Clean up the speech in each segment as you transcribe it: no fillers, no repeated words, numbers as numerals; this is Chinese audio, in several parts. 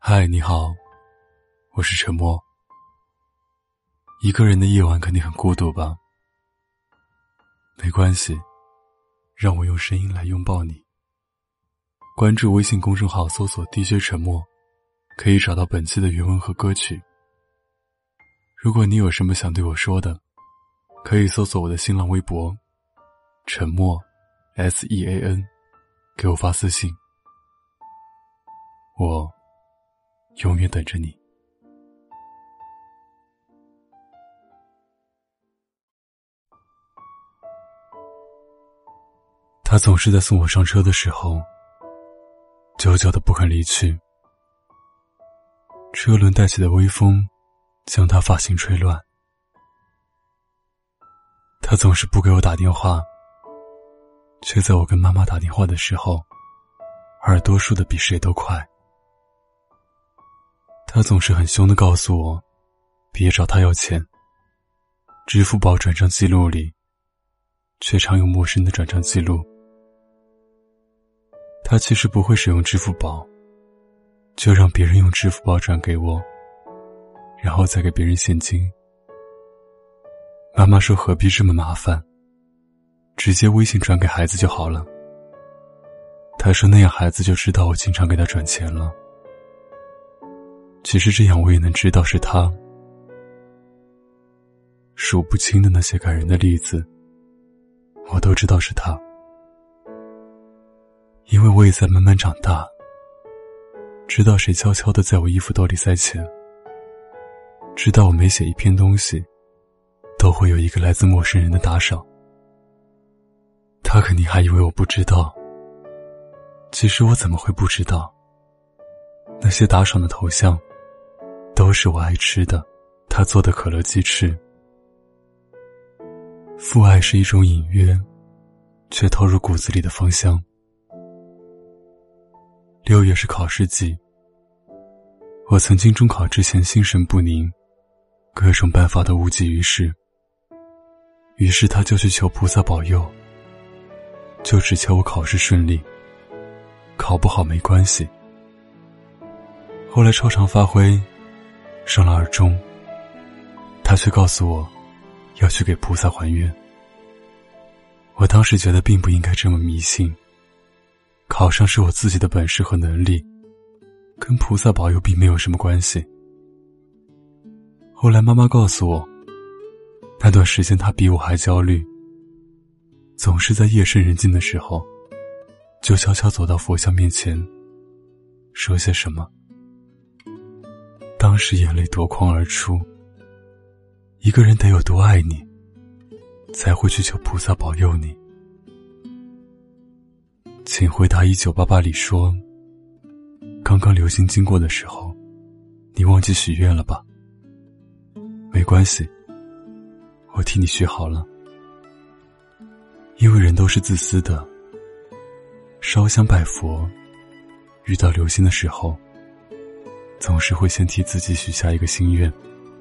嗨，你好，我是沉默。一个人的夜晚肯定很孤独吧？没关系，让我用声音来拥抱你。关注微信公众号搜索 DJ 沉默，可以找到本期的原文和歌曲。如果你有什么想对我说的，可以搜索我的新浪微博沉默 SEAN 给我发私信，我永远等着你。他总是在送我上车的时候久久的不肯离去，车轮带起的微风将他发型吹乱。他总是不给我打电话，却在我跟妈妈打电话的时候耳朵竖得比谁都快。他总是很凶地告诉我别找他要钱，支付宝转账记录里却常有陌生的转账记录。他其实不会使用支付宝，就让别人用支付宝转给我，然后再给别人现金。妈妈说何必这么麻烦，直接微信转给孩子就好了。她说那样孩子就知道我经常给他转钱了。其实这样我也能知道是他。数不清的那些感人的例子，我都知道是他。因为我也在慢慢长大，知道谁悄悄地在我衣服兜里塞钱，知道我每写一篇东西都会有一个来自陌生人的打赏。他肯定还以为我不知道，其实我怎么会不知道？那些打赏的头像都是我爱吃的他做的可乐鸡翅。父爱是一种隐约却透入骨子里的芳香。6月是考试季，我曾经中考之前心神不宁，各种办法都无济于事。于是他就去求菩萨保佑，就只求我考试顺利，考不好没关系。后来超常发挥，上了2中，他却告诉我要去给菩萨还愿。我当时觉得并不应该这么迷信，考上是我自己的本事和能力，跟菩萨保佑并没有什么关系。后来妈妈告诉我，那段时间她比我还焦虑，总是在夜深人静的时候就悄悄走到佛像面前说些什么。当时眼泪夺眶而出。一个人得有多爱你，才会去求菩萨保佑你。请回答1988里说，刚刚流星经过的时候，你忘记许愿了吧？没关系，我替你许好了。因为人都是自私的，烧香拜佛，遇到流星的时候，总是会先替自己许下一个心愿。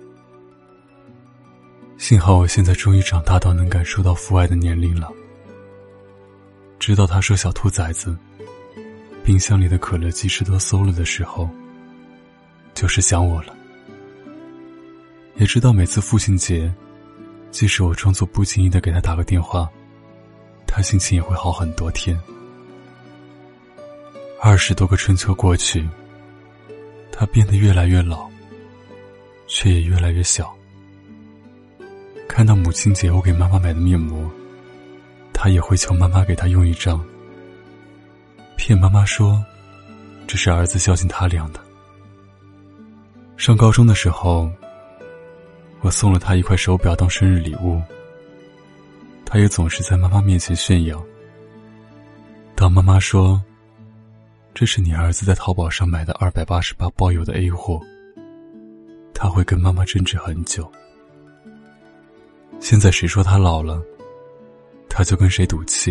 幸好我现在终于长大到能感受到父爱的年龄了。知道他说小兔崽子，冰箱里的可乐鸡翅都馊了的时候，就是想我了。也知道每次父亲节，即使我装作不经意地给他打个电话，他心情也会好很多天。20多个春秋过去，他变得越来越老，却也越来越小。看到母亲节我给妈妈买的面膜，他也会求妈妈给他用一张，骗妈妈说这是儿子孝敬他俩的。上高中的时候，我送了他一块手表当生日礼物，他也总是在妈妈面前炫耀。当妈妈说这是你儿子在淘宝上买的288包邮的 A 货，他会跟妈妈争执很久。现在谁说他老了，他就跟谁赌气。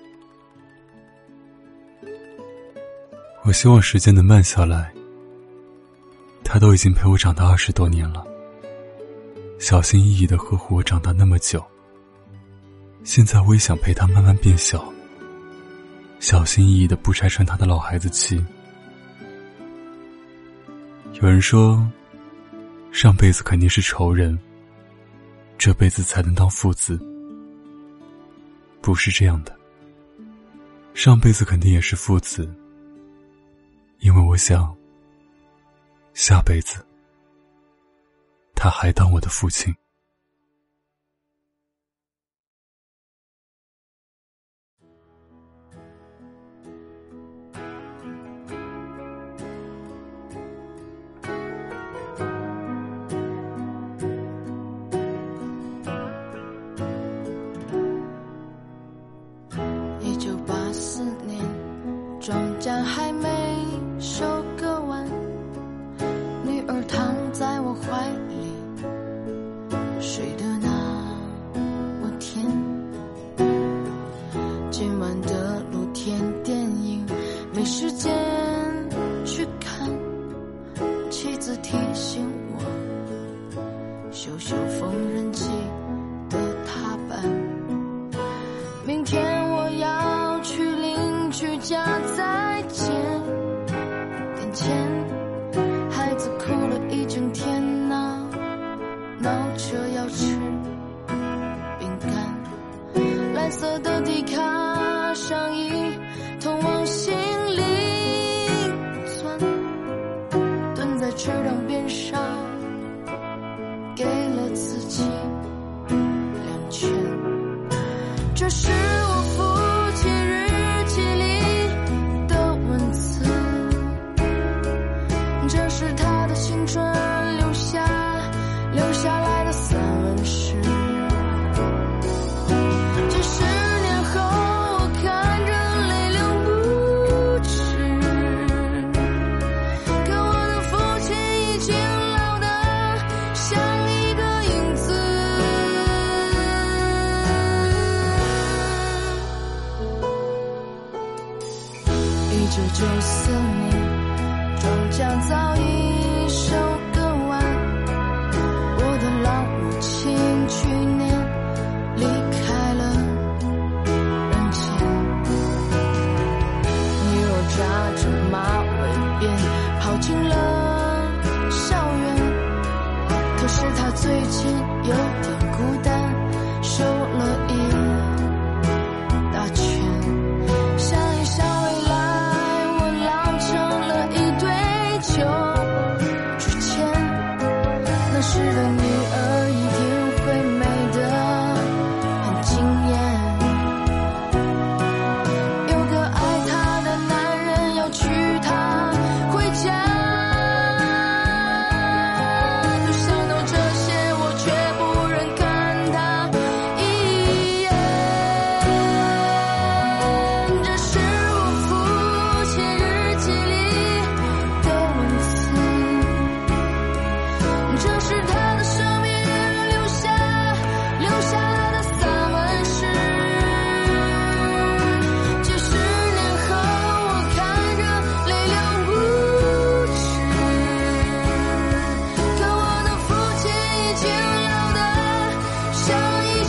我希望时间能慢下来，他都已经陪我长大20多年了，小心翼翼地呵护我长大那么久。现在我也想陪他慢慢变小，小心翼翼地不拆穿他的老孩子气。 有人说，上辈子肯定是仇人，这辈子才能当父子。不是这样的，上辈子肯定也是父子，因为我想，下辈子他还当我的父亲。 1984年，庄稼还没收割完，女儿躺在我怀里，睡得那么甜。今晚的露天电影没时间去看，妻子提醒我修修缝纫机的踏板，明天我要去邻居家再见。眼前孩子哭了一整天闹着要吃饼干，蓝色的迪卡上衣通往心里钻，蹲在池塘边上给了自己2拳。这是我父亲日记里的文字，这是他的青春留下来的散文诗。这10年后我看着泪流不止，可我的父亲已经老得像一个影子。1994年，庄稼早已收割完，我的老母亲去年离开了人间。女儿扎着马尾辫跑进了校园，可是她最近有点孤单，瘦了一大圈。想一想未来，我老成了一堆旧纸钱，那时的女儿一定会美得很惊艳。有个爱她的男人要娶她回家，就想到这些，我却不忍看她一眼。这是我父亲日记里的文字，这是他的生命留下来的散文诗。几10年后我看着泪流不止，可我的父亲已经老得像一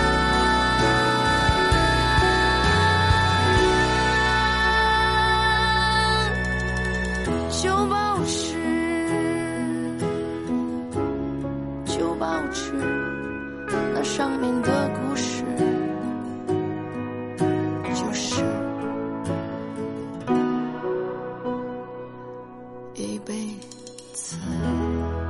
张旧报纸，旧报纸，那上面的故事就是一辈子。